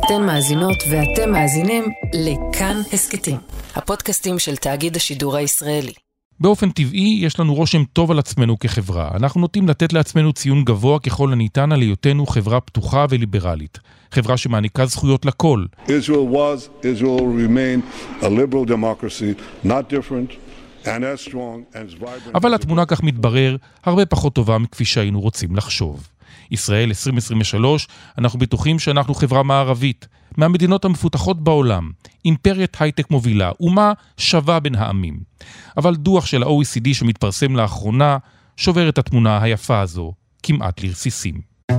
אתן מאזינות ואתם מאזינים לכאן הסקטים, הפודקאסטים של תאגיד השידור הישראלי. באופן טבעי יש לנו רושם טוב על עצמנו כחברה. אנחנו נוטים לתת לעצמנו ציון גבוה ככל הניתן על היותנו חברה פתוחה וליברלית. חברה שמעניקה זכויות לכל. Israel remain a liberal democracy, not different and as strong and as vibrant. אבל התמונה כך מתברר הרבה פחות טובה מכפי שהיינו רוצים לחשוב. ישראל 2023, אנחנו בטוחים שאנחנו חברה מערבית, מהמדינות המפותחות בעולם, אימפריית הייטק מובילה, אומה שווה בין העמים. אבל דוח של ה-OECD שמתפרסם לאחרונה, שובר את התמונה היפה הזו, כמעט לרסיסים.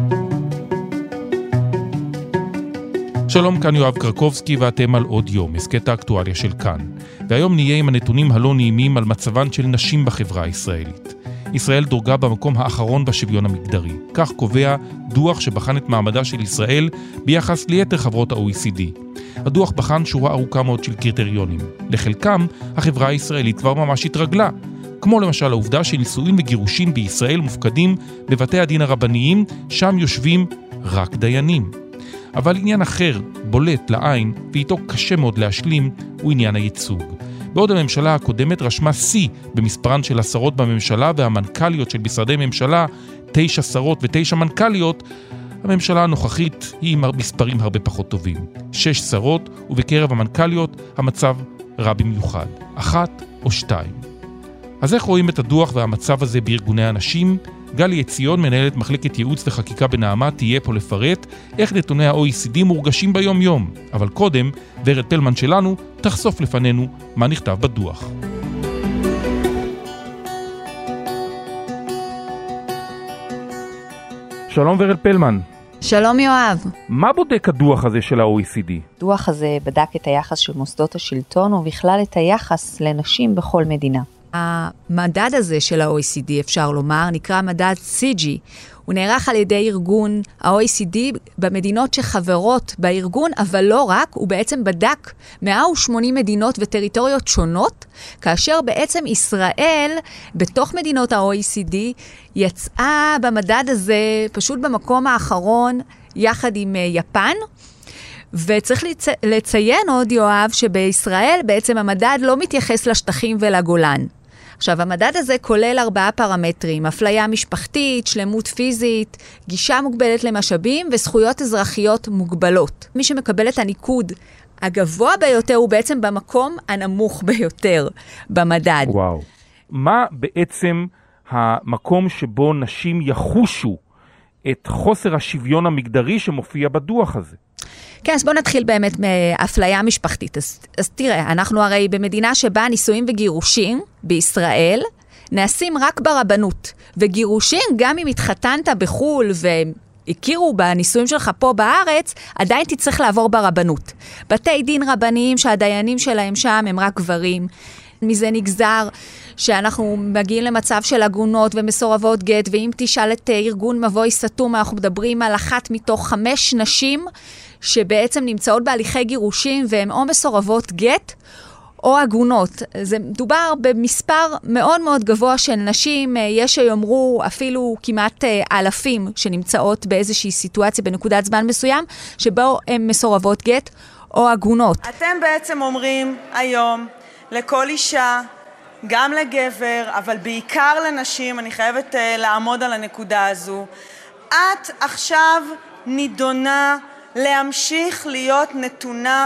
שלום, כאן יואב קרקובסקי ואתם על עוד יום, הסקט האקטואליה של כאן. והיום נהיה עם הנתונים הלא נעימים על מצבן של נשים בחברה הישראלית. ישראל דורגה במקום האחרון בשוויון המגדרי. כך קובע דוח שבחן את מעמדה של ישראל ביחס ליתר חברות ה-OECD. הדוח בחן שורה ארוכה מאוד של קריטריונים. לחלקם, החברה הישראלית כבר ממש התרגלה. כמו למשל העובדה שנישואין וגירושים בישראל מופקדים בבתי הדין הרבניים, שם יושבים רק דיינים. אבל עניין אחר, בולט לעין, ואיתו קשה מאוד להשלים, הוא עניין הייצוג. בעוד הממשלה הקודמת רשמה C במספרן של השרות בממשלה והמנכ"ליות של משרדי ממשלה, 9 שרות ו9 מנכ"ליות, הממשלה הנוכחית היא עם מספרים הרבה פחות טובים. 6 שרות, ובקרב המנכ"ליות המצב רע במיוחד, 1 או 2. אז איך רואים את הדוח והמצב הזה בארגוני הנשים? גלי יציון, מנהלת מחלקת ייעוץ וחקיקה בנעמת, תהיה פה לפרט איך נתוני ה-OECD מורגשים ביום יום. אבל קודם, ורד פלמן שלנו תחשוף לפנינו מה נכתב בדוח. שלום ורד פלמן. שלום יואב. מה בודק הדוח הזה של ה-OECD? הדוח הזה בדק את היחס של מוסדות השלטון ובכלל את היחס לנשים בכל מדינה. המדד הזה של ה-OECD, אפשר לומר, נקרא מדד CG. הוא נערך על ידי ארגון ה-OECD במדינות שחברות בארגון, אבל לא רק, הוא בעצם בדק 180 מדינות וטריטוריות שונות, כאשר בעצם ישראל, בתוך מדינות ה-OECD, יצאה במדד הזה פשוט במקום האחרון, יחד עם יפן, וצריך לציין עוד, יואב, שבישראל בעצם המדד לא מתייחס לשטחים ולגולן. עכשיו, המדד הזה כולל 4 פרמטרים, אפליה משפחתית, שלמות פיזית, גישה מוגבלת למשאבים וזכויות אזרחיות מוגבלות. מי שמקבל את הניקוד הגבוה ביותר הוא בעצם במקום הנמוך ביותר במדד. וואו. מה בעצם המקום שבו נשים יחושו את חוסר השוויון המגדרי שמופיע בדוח הזה? כן, אז בוא נתחיל באמת מאפליה משפחתית. אז תראה, אנחנו הרי במדינה שבה נישואים וגירושים בישראל נעשים רק ברבנות. וגירושים, גם אם התחתנת בחול והכירו בנישואים שלך פה בארץ, עדיין תצטרך לעבור ברבנות. בתי דין רבניים שהדיינים שלהם שם הם רק גברים. מזה נגזר שאנחנו מגיעים למצב של עגונות ומסורבות גט, ואם תשאל את ארגון מבוי סתום, אנחנו מדברים על 1 מתוך 5 נשים שבעצם נמצאות בהליכי גירושים, והן או מסורבות גט או עגונות. זה מדובר במספר מאוד מאוד גבוה של נשים, יש שיאמרו אפילו כמעט אלפים שנמצאות באיזושהי סיטואציה בנקודת זמן מסוים, שבו הן מסורבות גט או עגונות. אתם בעצם אומרים היום לכל אישה, גם לגבר, אבל בעיקר לנשים, אני חייבת לעמוד על הנקודה הזו, את עכשיו נידונה להמשיך להיות נתונה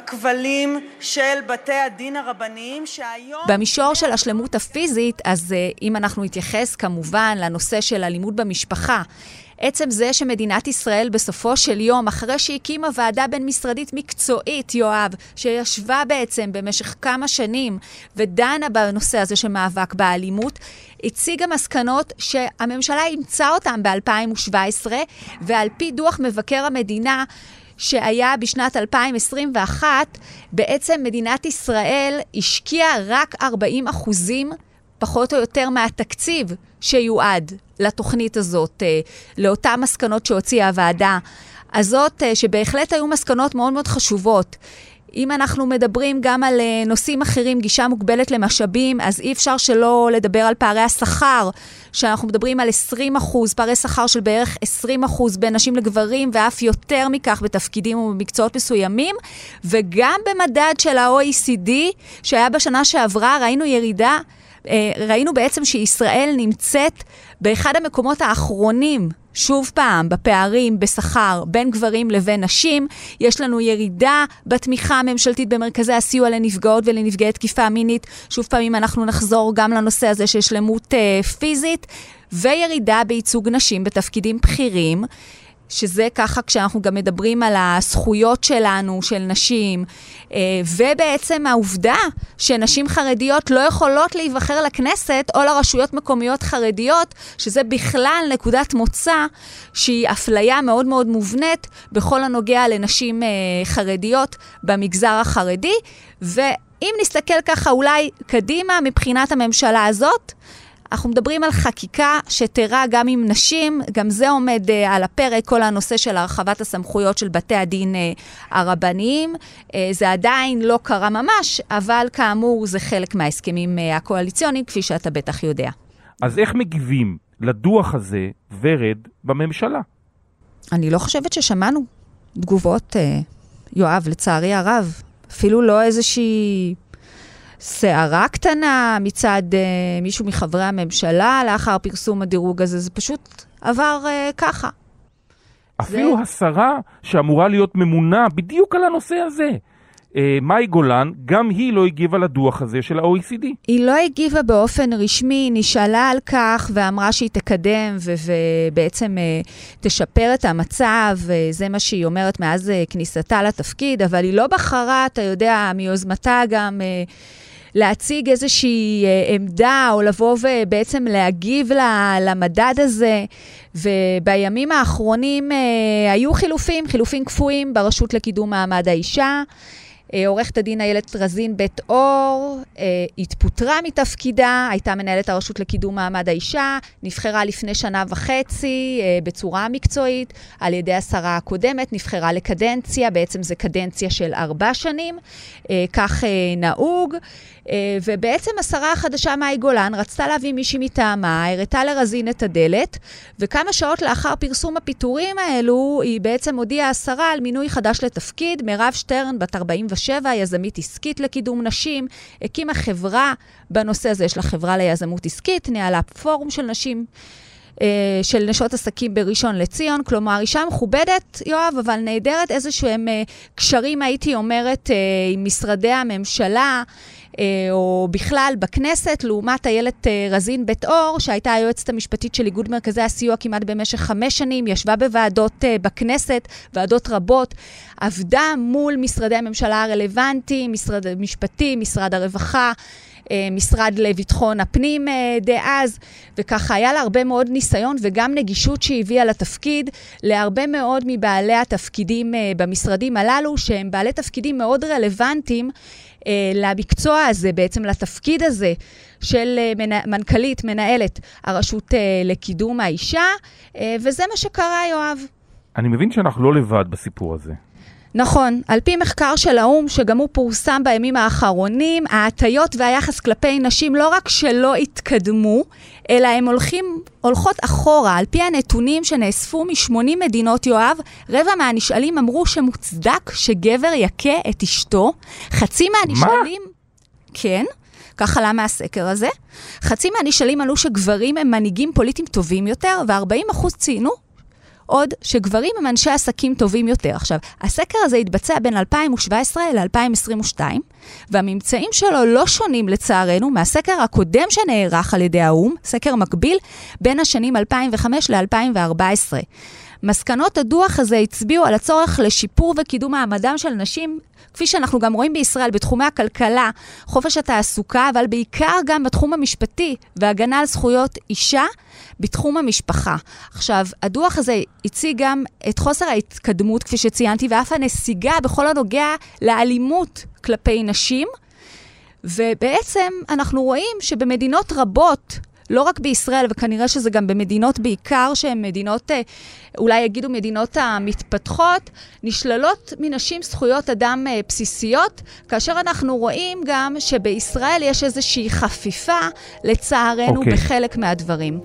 בכבלים של בתי הדין הרבניים שהיום... במישור של השלמות הפיזית, אז אם אנחנו נתייחס כמובן לנושא של אלימות במשפחה, עצם זה שמדינת ישראל בסופו של יום, אחרי שהקימה ועדה בין-משרדית מקצועית, יואב, שישבה בעצם במשך כמה שנים ודנה בנושא הזה של מאבק באלימות, הציגה מסקנות שהממשלה אימצה אותן ב-2017, ועל פי דוח מבקר המדינה שהיה בשנת 2021, בעצם מדינת ישראל השקיעה רק 40% פחות או יותר מהתקציב שיועד לתוכנית הזאת, לאותן מסקנות שהוציאה הוועדה הזאת, שבהחלט היו מסקנות מאוד מאוד חשובות. אם אנחנו מדברים גם על נושאים אחרים, גישה מוגבלת למשאבים, אז אי אפשר שלא לדבר על פערי השכר, שאנחנו מדברים על 20%, פערי שכר של בערך 20% בין נשים לגברים, ואף יותר מכך בתפקידים ובמקצועות מסוימים, וגם במדד של ה-OECD, שהיה בשנה שעברה, ראינו ירידה, ראינו בעצם שישראל נמצאת באחד המקומות האחרונים, שוב פעם, בפערים, בשכר, בין גברים לבין נשים. יש לנו ירידה בתמיכה הממשלתית במרכזי הסיוע לנפגעות ולנפגעי תקיפה מינית. שוב פעם, אם אנחנו נחזור גם לנושא הזה של שלמות פיזית, וירידה בייצוג נשים בתפקידים בכירים, שזה ככה כשאנחנו גם מדברים על הזכויות שלנו, של נשים, ובעצם העובדה שנשים חרדיות לא יכולות להיבחר לכנסת או לרשויות מקומיות חרדיות, שזה בכלל נקודת מוצא שהיא אפליה מאוד מאוד מובנית בכל הנוגע לנשים חרדיות במגזר החרדי. ואם נסתכל ככה אולי קדימה מבחינת הממשלה הזאת, אנחנו מדברים על חקיקה שתראה גם עם נשים, גם זה עומד על הפרק, כל הנושא של הרחבת הסמכויות של בתי הדין הרבניים. זה עדיין לא קרה ממש, אבל כאמור זה חלק מההסכמים הקואליציוניים, כפי שאתה בטח יודע. אז איך מגיבים לדוח הזה ורד בממשלה? אני לא חושבת ששמענו תגובות, יואב, לצערי הרב. אפילו לא איזושהי שערה קטנה מצד מישהו מחברי הממשלה לאחר פרסום הדירוג הזה. זה פשוט עבר ככה. אפילו השרה שאמורה להיות ממונה בדיוק על הנושא הזה, מאי גולן, גם היא לא הגיבה לדוח הזה של ה-OECD. היא לא הגיבה באופן רשמי, נשאלה על כך ואמרה שהיא תקדם ובעצם תשפר את המצב, זה מה שהיא אומרת מאז כניסתה לתפקיד, אבל היא לא בחרה, אתה יודע, מיוזמתה גם להציג איזושהי עמדה או לבוא ובעצם להגיב למדד הזה. ובימים האחרונים היו חילופים כפויים ברשות לקידום מעמד האישה. עורכת הדין איילת רזין בית אור התפוטרה מתפקידה, הייתה מנהלת הרשות לקידום מעמד האישה, נבחרה לפני 1.5 שנה בצורה מקצועית, על ידי השרה הקודמת, נבחרה לקדנציה, בעצם זה קדנציה של 4 שנים, כך נהוג, ובעצם השרה החדשה מאי גולן רצתה להביא מישהי מטעמה, הראתה לרזין את הדלת, וכמה שעות לאחר פרסום הפיטורים האלו, היא בעצם הודיעה השרה על מינוי חדש לתפקיד, מירב שטרן בת 47, יזמית עסקית לקידום נשים, הקימה חברה בנושא הזה, יש לה חברה ליזמות עסקית, ניהלה פורום של נשים, של נשות עסקים בראשון לציון, כלומר אישה מכובדת, יואב, אבל נהדרת איזשהם קשרים, הייתי אומרת, עם משרדי הממשלה, או בכלל בכנסת, לעומת איילת רזין בית אור, שהייתה היועצת המשפטית של איגוד מרכזי הסיוע כמעט במשך 5 שנים, ישבה בוועדות בכנסת, ועדות רבות, עבדה מול משרדי הממשלה הרלוונטיים, משרד המשפטים, משרד הרווחה, משרד לביטחון הפנים דאז, וככה היה לה הרבה מאוד ניסיון וגם נגישות שהביאה לתפקיד להרבה מאוד מבעלי התפקידים במשרדים הללו, שהם בעלי תפקידים מאוד רלוונטיים למקצוע הזה, בעצם לתפקיד הזה של מנכ"לית, מנהלת הרשות לקידום האישה, וזה מה שקרה, יואב. אני מבין שאנחנו לא לבד בסיפור הזה. נכון, על פי מחקר של האום, שגם הוא פורסם בימים האחרונים, ההטיות והיחס כלפי נשים לא רק שלא התקדמו, אלא הם הולכות אחורה. על פי הנתונים שנאספו מ80 מדינות, יואב, רבע מהנשאלים אמרו שמוצדק שגבר יקה את אשתו. חצי מהנשאלים... מה? כן, ככה למה הסקר הזה. חצי מהנשאלים עלו שגברים הם מנהיגים פוליטיים טובים יותר, ו40% ציינו עוד שגברים הם אנשי עסקים טובים יותר. עכשיו, הסקר הזה התבצע בין 2017 ל-2022, והממצאים שלו לא שונים לצערנו מהסקר הקודם שנערך על ידי האום, סקר מקביל בין השנים 2005 ל-2014. מסקנות הדוח הזה הצביעו על הצורך לשיפור וקידום מעמדם של נשים, כפי שאנחנו גם רואים בישראל בתחומי הכלכלה, חופש התעסוקה, אבל בעיקר גם בתחום המשפטי והגנה על זכויות אישה בתחום המשפחה. עכשיו, הדוח הזה הציג גם את חוסר ההתקדמות, כפי שציינתי, ואף הנסיגה בכל הנוגע לאלימות כלפי נשים, ובעצם אנחנו רואים שבמדינות רבות, לא רק בישראל, וכנראה שזה גם במדינות בעיקר, שהן מדינות, אולי יגידו מדינות המתפתחות, נשללות מנשים זכויות אדם בסיסיות, כאשר אנחנו רואים גם שבישראל יש איזושהי חפיפה, לצערנו, בחלק מהדברים.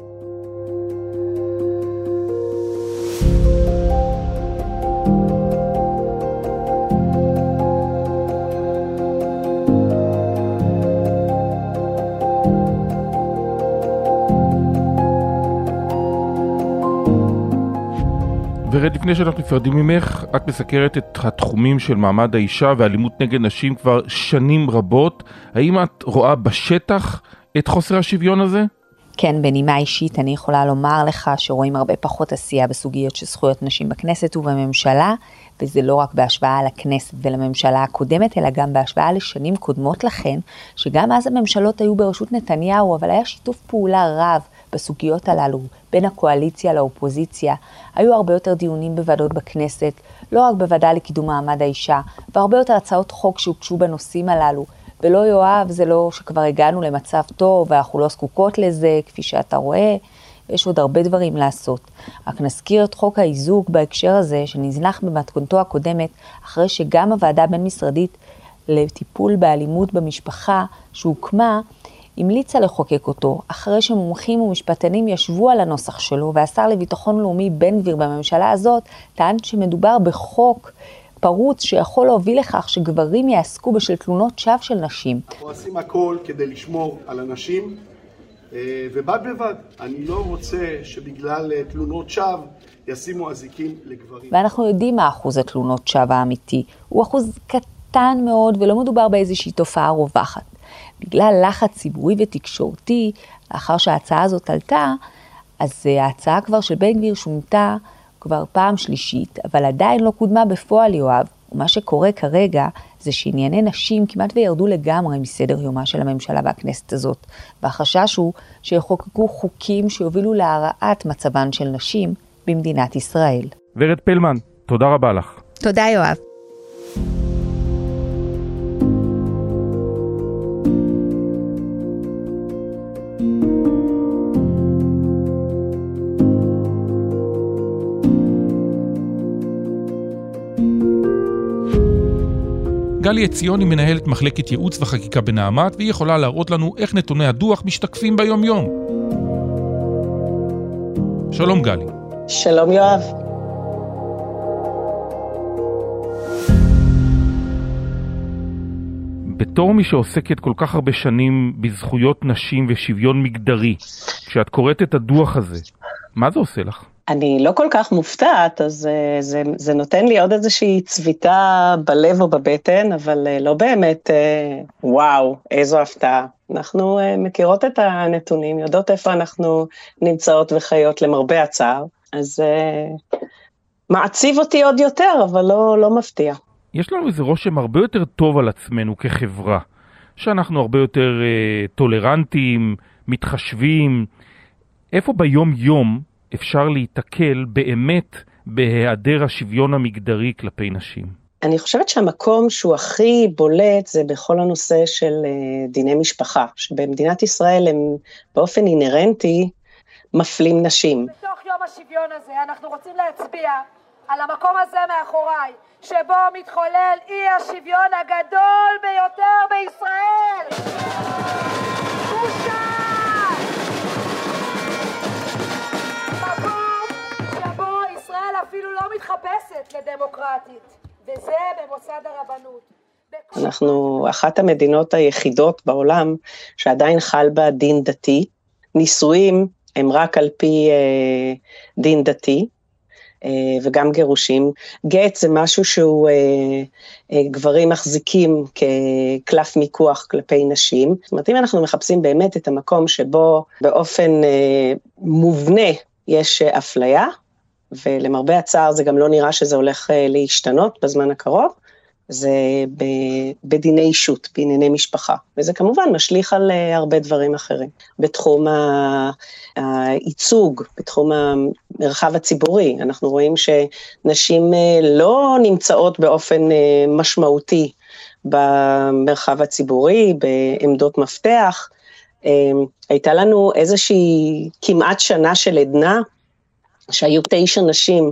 ורד, לפני שאנחנו נפרדים ממך, את מסקרת את התחומים של מעמד האישה ואלימות נגד נשים כבר שנים רבות. האם את רואה בשטח את חוסר השוויון הזה? כן, בנימה אישית אני יכולה לומר לך שרואים הרבה פחות עשייה בסוגיות של זכויות נשים בכנסת ובממשלה, וזה לא רק בהשוואה לכנסת ולממשלה הקודמת, אלא גם בהשוואה לשנים קודמות לכן, שגם אז הממשלות היו בראשות נתניהו, אבל היה שיתוף פעולה רב בסוגיות הללו, בין הקואליציה לאופוזיציה. היו הרבה יותר דיונים בוועדות בכנסת, לא רק בוועדה לקידום מעמד האישה, והרבה יותר הצעות חוק שהוגשו בנושאים הללו. ולא יואב, זה לא שכבר הגענו למצב טוב, ואנחנו לא זקוקות לזה, כפי שאתה רואה, יש עוד הרבה דברים לעשות. רק נזכיר את חוק האיזוק בהקשר הזה, שנזנח במתכונתו הקודמת, אחרי שגם הוועדה הבין-משרדית לטיפול באלימות במשפחה, שהוקמה, המליצה לחוקק אותו, אחרי שמומחים ומשפטנים ישבו על הנוסח שלו, והשר לביטחון לאומי בן גביר בממשלה הזאת, טען שמדובר בחוק פרוץ שיכול להוביל לכך שגברים יעסקו בשל תלונות שווא של נשים. אנחנו עושים הכל כדי לשמור על הנשים, ובד בבד, אני לא רוצה שבגלל תלונות שווא ישימו אזיקים לגברים. ואנחנו יודעים מה אחוז התלונות שווא האמיתי. הוא אחוז קטן מאוד ולא מדובר באיזושהי תופעה רווחת. בגלל לחץ ציבורי ותקשורתי, לאחר שההצעה הזאת עלתה, אז ההצעה כבר של בן גביר שונתה כבר פעם שלישית, אבל עדיין לא קודמה בפועל יואב. ומה שקורה כרגע זה שענייני נשים כמעט וירדו לגמרי מסדר יומה של הממשלה והכנסת הזאת. והחשש הוא שיחוקקו חוקים שיובילו להרעת מצבן של נשים במדינת ישראל. ורד פלמן, תודה רבה לך. תודה יואב. גלי עציוני מנהלת מחלקת ייעוץ וחקיקה בנעמת, והיא יכולה להראות לנו איך נתוני הדוח משתקפים ביום יום. שלום גלי. שלום יואב. בתור מי שעוסקת כל כך הרבה שנים בזכויות נשים ושוויון מגדרי, כשאת קוראת את הדוח הזה, מה זה עושה לך? אני לא כל כך מופתעת, אז זה נותן לי עוד איזושהי צביטה בלב או בבטן, אבל לא באמת, וואו, איזו הפתעה. אנחנו מכירות את הנתונים, יודעות איפה אנחנו נמצאות וחיות למרבה הצער, אז מעציב אותי עוד יותר, אבל לא מפתיע. יש לנו איזה רושם הרבה יותר טוב על עצמנו כחברה, שאנחנו הרבה יותר טולרנטים, מתחשבים. איפה ביום יום אפשר להתקל באמת בהיעדר השוויון המגדרי כלפי נשים? אני חושבת שהמקום שהוא הכי בולט זה בכל הנושא של דיני משפחה, שבמדינת ישראל הם באופן אינרנטי מפלים נשים. בתוך יום השוויון הזה אנחנו רוצים להצביע על המקום הזה מאחוריי, שבו מתחולל אי השוויון הגדול ביותר בישראל. בושה! שבו ישראל אפילו לא מתחפשת לדמוקרטית, וזה במוסד הרבנות. אנחנו אחת המדינות היחידות בעולם שעדיין חל בה דין דתי, נישואים הם רק על פי דין דתי, וגם גירושים. גט זה משהו שהוא גברים מחזיקים כקלף מיקוח כלפי נשים. זאת אומרת, אם אנחנו מחפשים באמת את המקום שבו באופן מובנה יש אפליה, ולמרבה הצער זה גם לא נראה שזה הולך להשתנות בזמן הקרוב, זה בדיני אישות, בענייני משפחה, וזה כמובן משליך על הרבה דברים אחרים. בתחום הייצוג, בתחום המרחב הציבורי, אנחנו רואים שנשים לא נמצאות באופן משמעותי במרחב הציבורי, בעמדות מפתח, הייתה לנו איזושהי כמעט שנה של עדנה, שהיו 9 נשים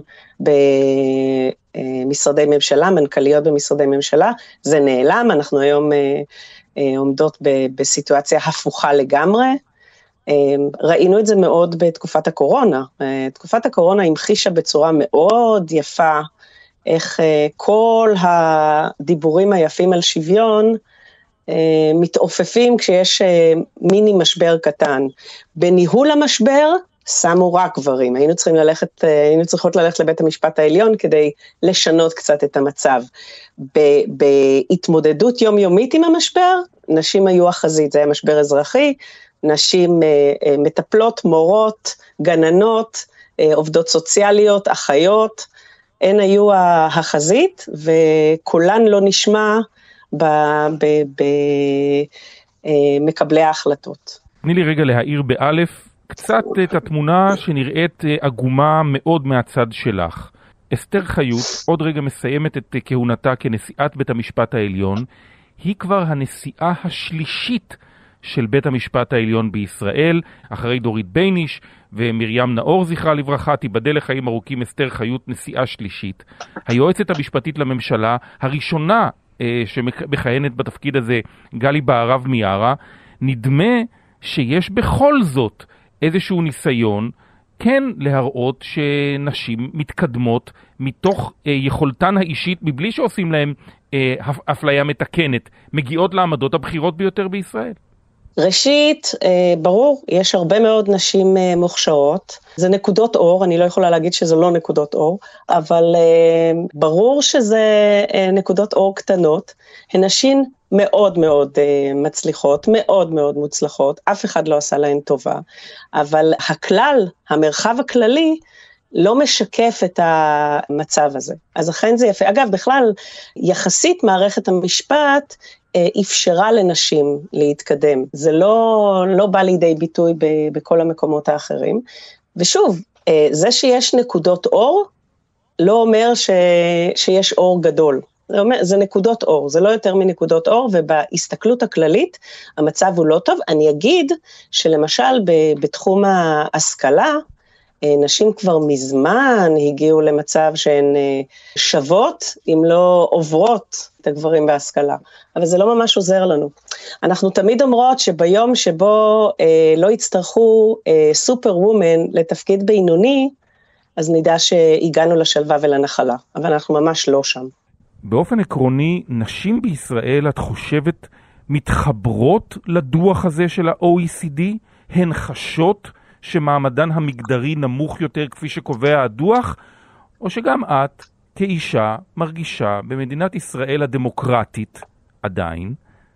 במשרדי ממשלה, מנכ"ליות במשרדי ממשלה, זה נעלם, אנחנו היום עומדות בסיטואציה הפוכה לגמרי, ראינו את זה מאוד בתקופת הקורונה, תקופת הקורונה המחישה בצורה מאוד יפה, איך כל הדיבורים היפים על שוויון, מתעופפים כשיש מיני משבר קטן. בניהול המשבר, שמו רק גברים, היינו צריכות ללכת לבית המשפט העליון, כדי לשנות קצת את המצב. בהתמודדות יומיומית עם המשבר, נשים היו החזית, זה היה משבר אזרחי, נשים מטפלות, מורות, גננות, עובדות סוציאליות, אחיות, הן היו החזית, וכולן לא נשמע במקבלי ההחלטות. תני לי רגע להעיר באלף, קצת את התמונה שנראית עגומה מאוד מהצד שלך. אסתר חיות עוד רגע מסיימת את כהונתה כנשיאת בית המשפט העליון, היא כבר הנשיאה השלישית של בית המשפט העליון בישראל, אחרי דורית בייניש ומרים נאור זכרה לברכה, תיבדל לחיים ארוכים אסתר חיות נשיאה שלישית. היועצת המשפטית לממשלה הראשונה שמכהנת בתפקיד הזה, גלי בהרב מיארה, נדמה שיש בכל זאת איזשהו ניסיון כן להראות שנשים מתקדמות מתוך יכולתן האישית, מבלי שעושים להם אפליה מתקנת, מגיעות לעמדות הבחירות ביותר בישראל. ראשית, ברור, יש הרבה מאוד נשים מוכשרות, זה נקודות אור, אני לא יכולה להגיד שזה לא נקודות אור, אבל ברור שזה נקודות אור קטנות, הן נשים מאוד מאוד מצליחות, מאוד מאוד מוצלחות, אף אחד לא עשה להן טובה, אבל הכלל, המרחב הכללי, לא משקף את המצב הזה. אז אכן זה יפה. אגב, בכלל, יחסית מערכת המשפט אפשרה לנשים להתקדם. זה לא בא לידי ביטוי בכל המקומות האחרים. ושוב, זה שיש נקודות אור, לא אומר שיש אור גדול. זה נקודות אור, זה לא יותר מנקודות אור, ובהסתכלות הכללית, המצב הוא לא טוב. אני אגיד שלמשל בתחום ההשכלה, נשים כבר מזמן הגיעו למצב שהן שוות, אם לא עוברות את הגברים בהשכלה, אבל זה לא ממש עוזר לנו. אנחנו תמיד אומרות שביום שבו לא יצטרכו סופר וומן לתפקיד בינוני, אז נדע שהגענו לשלווה ולנחלה, אבל אנחנו ממש לא שם. באופן עקרוני, נשים בישראל, את חושבת, מתחברות לדוח הזה של ה-OECD? הן חשות שמעמדן המגדרי נמוך יותר כפי שקובע הדוח, או שגם את כאישה מרגישה במדינת ישראל הדמוקרטית עדיין,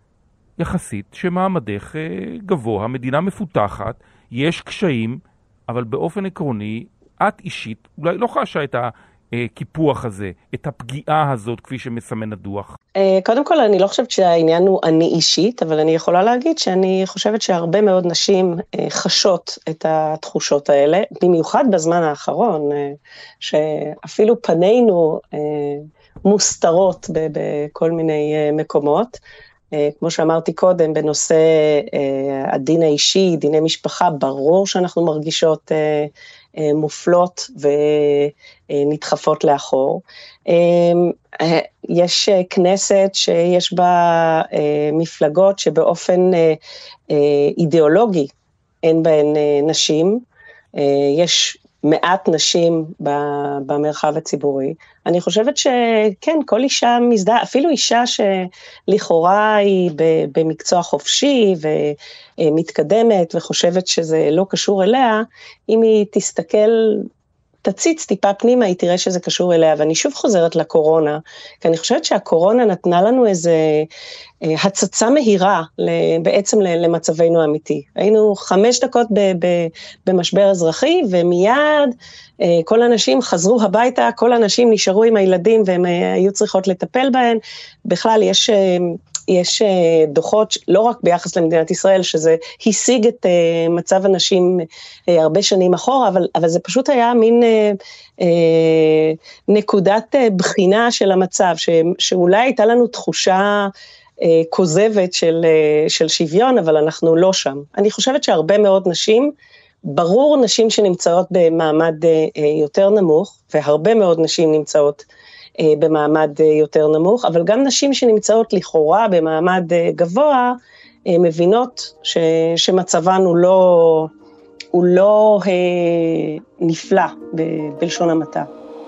יחסית שמעמדך גבוה, מדינה מפותחת, יש קשיים, אבל באופן עקרוני את אישית אולי לא חשה את הקיפוח הזה, את הפגיעה הזאת כפי שמסמן הדוח? קודם כל אני לא חושבת שהעניין הוא אני אישית, אבל אני יכולה להגיד שאני חושבת שהרבה מאוד נשים חשות את התחושות האלה, במיוחד בזמן האחרון, שאפילו פנינו מוסתרות בכל מיני מקומות, כמו שאמרתי קודם, בנושא הדין האישי, דיני משפחה, ברור שאנחנו מרגישות מופלות ונדחפות לאחור. יש כנסת שיש בה מפלגות שבאופן אידיאולוגי אין בהן נשים, יש מעט נשים במרחב הציבורי. אני חושבת שכן, כל אישה מזדהה, אפילו אישה שלכאורה היא במקצוע חופשי ומתקדמת וחושבת שזה לא קשור אליה, אם היא תסתכל, תציץ טיפה פנימה, היא תראה שזה קשור אליה. ואני שוב חוזרת לקורונה, כי אני חושבת שהקורונה נתנה לנו איזה הצצה מהירה בעצם למצבנו האמיתי. היינו 5 דקות במשבר אזרחי, ומיד כל הנשים חזרו הביתה, כל הנשים נשארו עם הילדים, והם היו צריכות לטפל בהן. בכלל יש דוחות, לא רק ביחס למדינת ישראל, שזה השיג את מצב הנשים הרבה שנים אחורה, אבל זה פשוט היה מין נקודת בחינה של המצב, שאולי הייתה לנו תחושה כוזבת של שוויון, אבל אנחנו לא שם. אני חושבת שהרבה מאוד נשים, ברור נשים שנמצאות במעמד יותר נמוך, והרבה מאוד נשים נמצאות במעמד יותר נמוך, אבל גם נשים שנמצאות לכאורה במעמד גבוה, מבינות שמצבן הוא לא נפלא בלשון המעטה.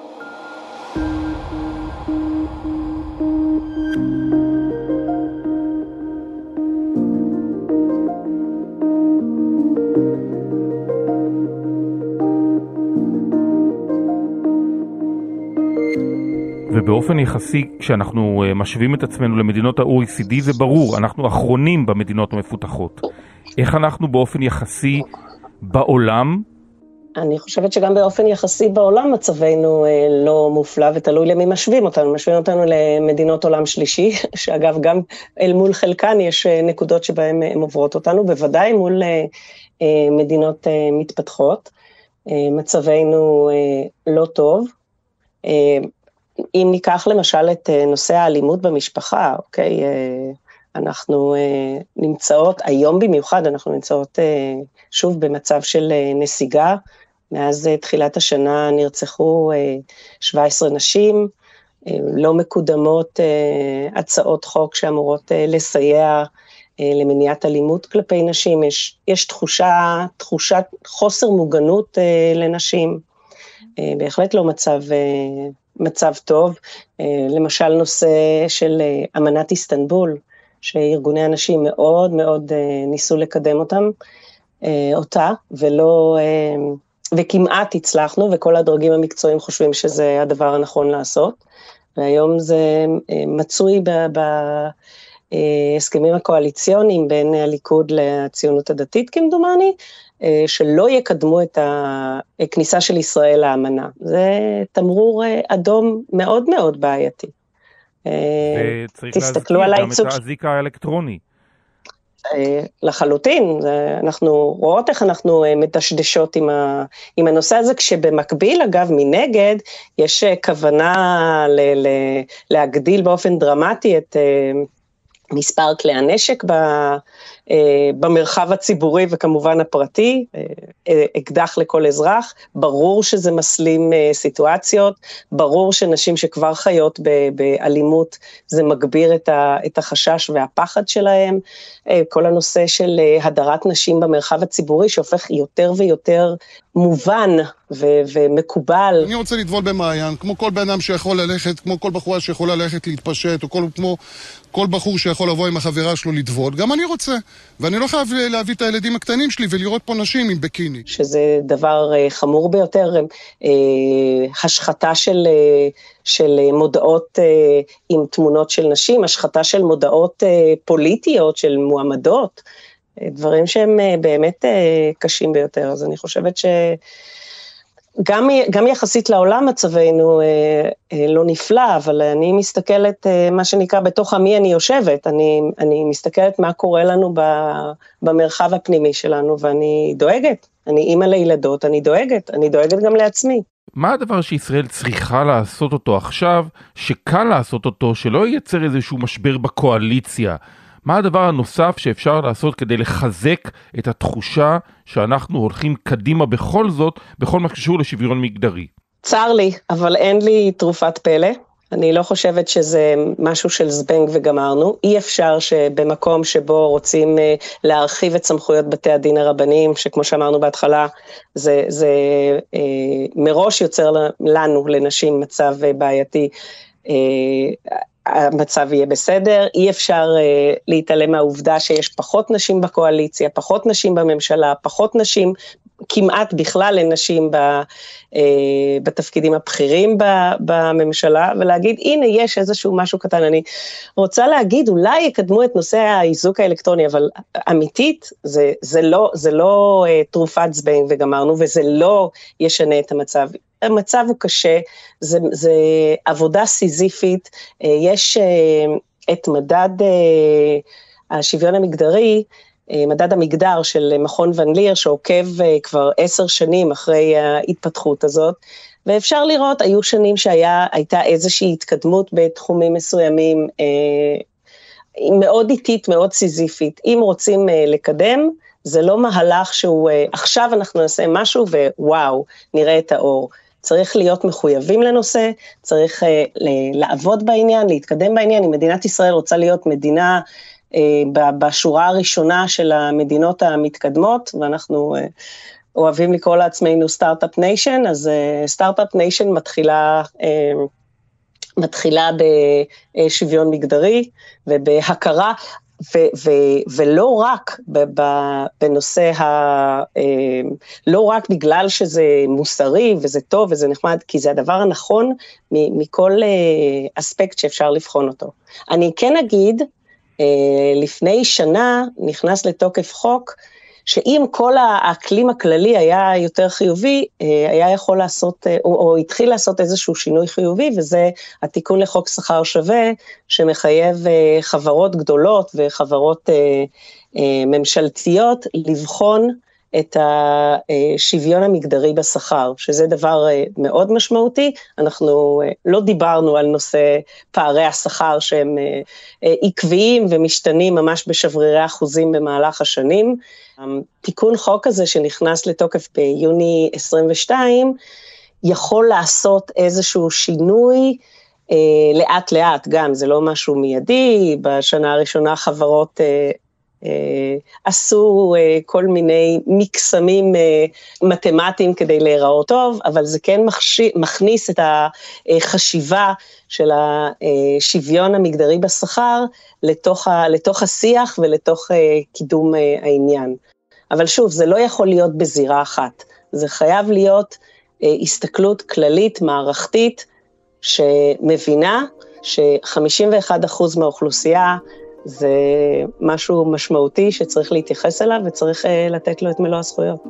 ובאופן יחסי, כשאנחנו משווים את עצמנו למדינות ה-OECD, זה ברור, אנחנו אחרונים במדינות המפותחות. איך אנחנו באופן יחסי בעולם? אני חושבת שגם באופן יחסי בעולם מצבנו לא מופלא, ותלוי למי משווים אותנו. משווים אותנו למדינות עולם שלישי, שאגב גם אל מול חלקן יש נקודות שבהן הן עוברות אותנו, בוודאי מול מדינות מתפתחות. מצבנו לא טוב. אם ניקח למשל את נושא האלימות במשפחה, אוקיי, אנחנו נמצאות, היום במיוחד אנחנו נמצאות שוב במצב של נסיגה, מאז תחילת השנה נרצחו 17 נשים, לא מקודמות הצעות חוק שאמורות לסייע למניעת אלימות כלפי נשים, יש תחושת חוסר מוגנות לנשים, בהחלט לא מצב טוב, למשל נושא של אמנת איסטנבול, שארגוני הנשים מאוד מאוד ניסו לקדם אותה, וכמעט הצלחנו, וכל הדרגים המקצועיים חושבים שזה הדבר הנכון לעשות, והיום זה מצוי בהסכמים הקואליציוניים בין הליכוד לציונות הדתית, כמדומני, שלא יקדמו את הכניסה של ישראל לאמנה. זה תמרור אדום מאוד מאוד בעייתי. וצריך להזכיר גם את האזיק האלקטרוני. לחלוטין, אנחנו רואות איך אנחנו מדשדשות עם הנושא הזה, כשבמקביל אגב מנגד, יש כוונה להגדיל באופן דרמטי את מספר כלי הנשק במרחב הציבורי וכמובן הפרטי, אקדח לכל אזרח, ברור שזה מסלים סיטואציות, ברור שנשים שכבר חיות באלימות, זה מגביר את החשש והפחד שלהם, כל הנושא של הדרת נשים במרחב הציבורי, שהופך יותר ויותר מובן ומקובל. אני רוצה לטבול במעיין, כמו כל בן אדם שיכול ללכת, כמו כל בחורה שיכולה ללכת להתפשט, או כמו כל בחור שיכול לבוא עם החברה שלו לטבול, גם אני רוצה, ואני לא חייב להביא את הילדים הקטנים שלי ולראות פה נשים עם בקיני. שזה דבר חמור ביותר, השחתה של מודעות עם תמונות של נשים, השחתה של מודעות פוליטיות, של מועמדות, דברים שהם באמת קשים ביותר, אז אני חושבת גם יחסית לעולם מצבנו לא נפלא, אבל אני מסתכלת מה שנקרא בתוך עמי אני יושבת, אני מסתכלת מה קורה לנו במרחב הפנימי שלנו, ואני דואגת, אני אימא לילדות, אני דואגת גם לעצמי. מה הדבר שישראל צריכה לעשות אותו עכשיו, שקל לעשות אותו, שלא ייצר איזשהו משבר בקואליציה? מה הדבר הנוסף שאפשר לעשות כדי לחזק את התחושה שאנחנו הולכים קדימה בכל זאת, בכל מה שקשור לשוויון מגדרי? צר לי, אבל אין לי תרופת פלא. אני לא חושבת שזה משהו של זבנג וגמרנו. אי אפשר שבמקום שבו רוצים להרחיב את סמכויות בתי הדין הרבניים, שכמו שאמרנו בהתחלה, זה מראש יוצר לנו, לנשים, מצב בעייתי, המצב יהיה בסדר, אי אפשר להתעלם מהעובדה שיש פחות נשים בקואליציה, פחות נשים בממשלה, פחות נשים, כמעט בכלל לנשים בתפקידים הבכירים בממשלה, ולהגיד, הנה יש איזשהו משהו קטן, אני רוצה להגיד, אולי יקדמו את נושא האיזוק האלקטרוני, אבל אמיתית, זה לא תרופת זבנג וגמרנו, וזה לא ישנה את המצב. המצב הוא קשה, זה עבודה סיזיפית, יש את מדד השוויון המגדרי, מדד המגדר של מכון ון ליר, שעוקב כבר 10 שנים אחרי ההתפתחות הזאת, ואפשר לראות, היו שנים שהייתה איזושהי התקדמות בתחומים מסוימים, מאוד איטית, מאוד סיזיפית. אם רוצים לקדם, זה לא מהלך שהוא, עכשיו אנחנו נעשה משהו ווואו, נראה את האור. צריך להיות מחויבים לנושא, צריך לעבוד בעניין, להתקדם בעניין. אם מדינת ישראל רוצה להיות מדינה בשורה הראשונה של המדינות המתקדמות, ואנחנו אוהבים לקרוא לעצמנו סטארט-אפ ניישן, אז סטארט-אפ ניישן מתחילה בשוויון מגדרי ובהכרה, ולא רק בנושא, לא רק בגלל שזה מוסרי וזה טוב וזה נחמד, כי זה הדבר הנכון מכל אספקט שאפשר לבחון אותו. אני כן אגיד, לפני שנה נכנס לתוקף חוק, שאם כל האקלים הכללי היה יותר חיובי, היה יכול לעשות, או התחיל לעשות איזשהו שינוי חיובי, וזה התיקון לחוק שכר שווה, שמחייב חברות גדולות וחברות ממשלתיות, לבחון את השוויון המגדרי בשכר, שזה דבר מאוד משמעותי. אנחנו לא דיברנו על נושא פערי השכר שהם עקביים ומשתנים ממש בשברירי אחוזים במהלך השנים. תיקון חוק הזה שנכנס לתוקף ביוני 22, יכול לעשות איזשהו שינוי לאט לאט, גם זה לא משהו מיידי, בשנה הראשונה חברות עשו כל מיני מקסמים מתמטיים כדי להיראות טוב, אבל זה כן מכניס את החשיבה של השוויון המגדרי בשכר לתוך השיח ולתוך קידום העניין. אבל שוב, זה לא יכול להיות בזירה אחת, זה חייב להיות הסתכלות כללית, מערכתית, שמבינה ש51% מהאוכלוסייה זה משהו משמעותי שצריך להתייחס אליו וצריך לתת לו את מלוא הזכויות.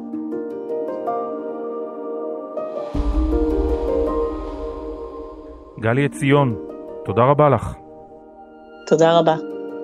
גלי עציון, תודה רבה לך. תודה רבה.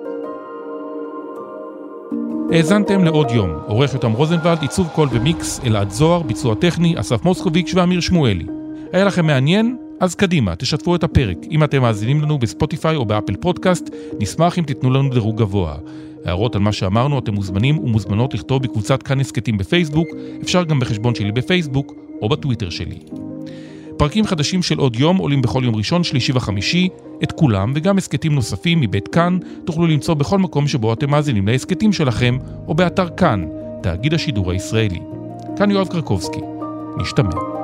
האזנתם לעוד יום. עורך יותם רוזנבלד, עיצוב קול ומיקס, אלעד זוהר, ביצוע טכני, אסף מוסקוביץ' ואמיר שמואלי. היה לכם מעניין? אז קדימה, תשתפו את הפרק. אם אתם מאזינים לנו בספוטיפיי או באפל פודקאסט, נשמח אם תיתנו לנו דירוג גבוה. הערות על מה שאמרנו, אתם מוזמנים ומוזמנות לכתוב בקבוצת כאן הסקטים בפייסבוק, אפשר גם בחשבון שלי בפייסבוק או בטוויטר שלי. פרקים חדשים של עוד יום עולים בכל יום ראשון, שלישי וחמישי, את כולם וגם הסקטים נוספים מבית כאן תוכלו למצוא בכל מקום שבו אתם מאזינים להסקטים שלכם או באתר כאן, תאגיד השידור הישראלי. כאן יואב קרקובסקי. נשתמע.